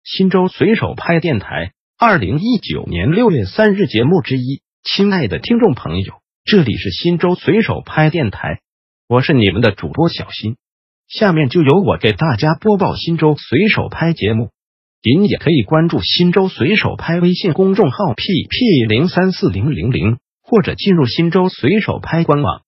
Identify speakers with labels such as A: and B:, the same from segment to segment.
A: 新州随手拍电台2019年6月3日节目之一。亲爱的听众朋友，这里是新州随手拍电台，我是你们的主播小新。下面就由我给大家播报新州随手拍节目。您也可以关注新州随手拍微信公众号 pp034000，或者进入新州随手拍官网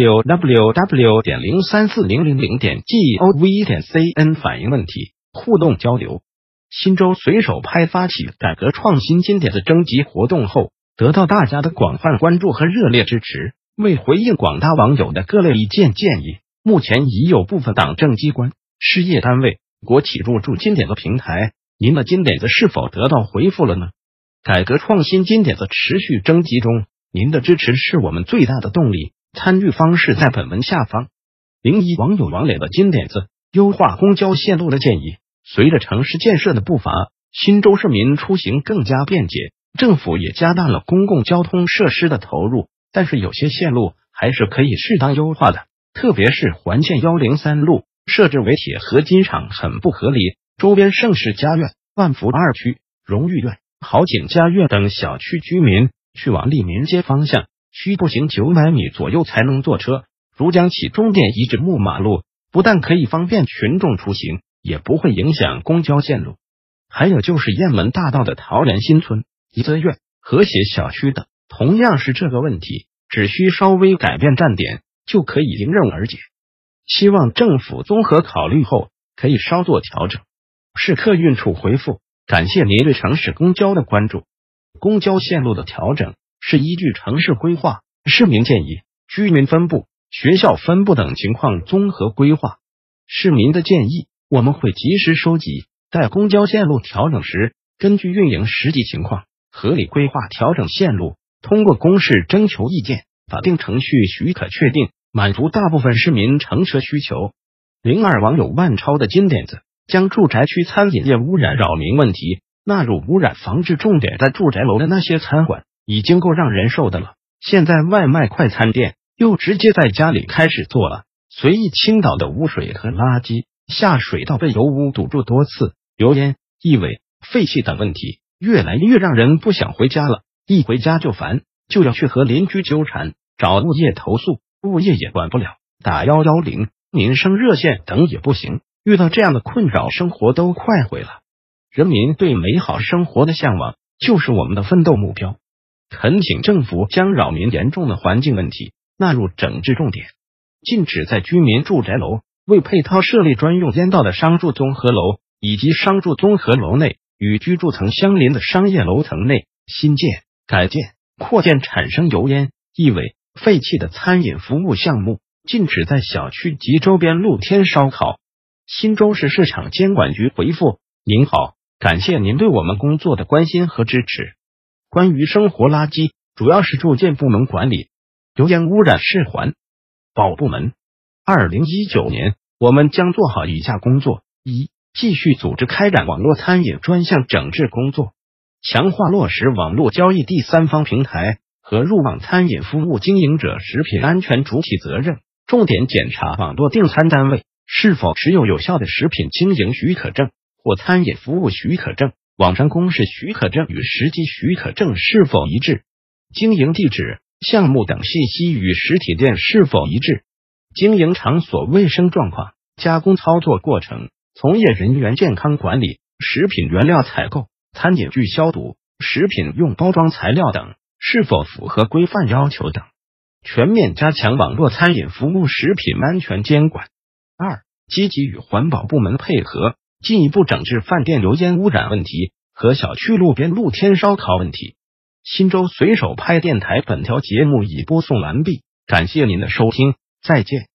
A: www.034000.gov.cn 反映问题，互动交流。新州随手拍发起改革创新金点子征集活动后，得到大家的广泛关注和热烈支持。为回应广大网友的各类意见建议，目前已有部分党政机关、事业单位、国企入驻金点子平台，您的金点子是否得到回复了呢？改革创新金点子持续征集中，您的支持是我们最大的动力。参与方式在本文下方。01网友王磊的金点子，优化公交线路的建议。随着城市建设的步伐，新州市民出行更加便捷，政府也加大了公共交通设施的投入，但是有些线路还是可以适当优化的，特别是环线103路设置为铁合金厂很不合理，周边盛世家苑、万福2区、荣誉苑、好景家苑等小区居民去往利民街方向需步行900米左右才能坐车。如将其终点移至木马路，不但可以方便群众出行，也不会影响公交线路。还有就是雁门大道的桃源新村、怡泽苑、和谐小区等，同样是这个问题，只需稍微改变站点就可以迎刃而解。希望政府综合考虑后可以稍作调整。市客运处回复，感谢您对城市公交的关注。公交线路的调整是依据城市规划、市民建议、居民分布、学校分布等情况综合规划。市民的建议我们会及时收集，待公交线路调整时，根据运营实际情况合理规划调整线路，通过公示征求意见、法定程序许可确定，满足大部分市民乘车需求。02网友万超的金点子，将住宅区餐饮业污染扰民问题纳入污染防治重点，在住宅楼的那些餐馆已经够让人受的了，现在外卖快餐店又直接在家里开始做了，随意倾倒的污水和垃圾，下水道被油污堵住多次，油烟、异味、废气等问题越来越让人不想回家了，一回家就烦，就要去和邻居纠缠，找物业投诉，物业也管不了，打110、民生热线等也不行，遇到这样的困扰，生活都快毁了。人民对美好生活的向往就是我们的奋斗目标，恳请政府将扰民严重的环境问题纳入整治重点，禁止在居民住宅楼为配套设立专用烟道的商住综合楼以及商住综合楼内与居住层相邻的商业楼层内新建、改建、扩建产生油烟、异味、废气的餐饮服务项目，禁止在小区及周边露天烧烤。新州市市场监管局回复，您好，感谢您对我们工作的关心和支持。关于生活垃圾，主要是住建部门管理，油烟污染是环保部门。2019年，我们将做好以下工作：一、继续组织开展网络餐饮专项整治工作，强化落实网络交易第三方平台和入网餐饮服务经营者食品安全主体责任，重点检查网络订餐单位是否持有有效的食品经营许可证或餐饮服务许可证，网上公示许可证与实际许可证是否一致，经营地址、项目等信息与实体店是否一致，经营场所卫生状况、加工操作过程、从业人员健康管理、食品原料采购、餐饮具消毒、食品用包装材料等是否符合规范要求等，全面加强网络餐饮服务食品安全监管。二、积极与环保部门配合，进一步整治饭店油烟污染问题和小区路边露天烧烤问题。新州随手拍电台本条节目已播送完毕，感谢您的收听，再见。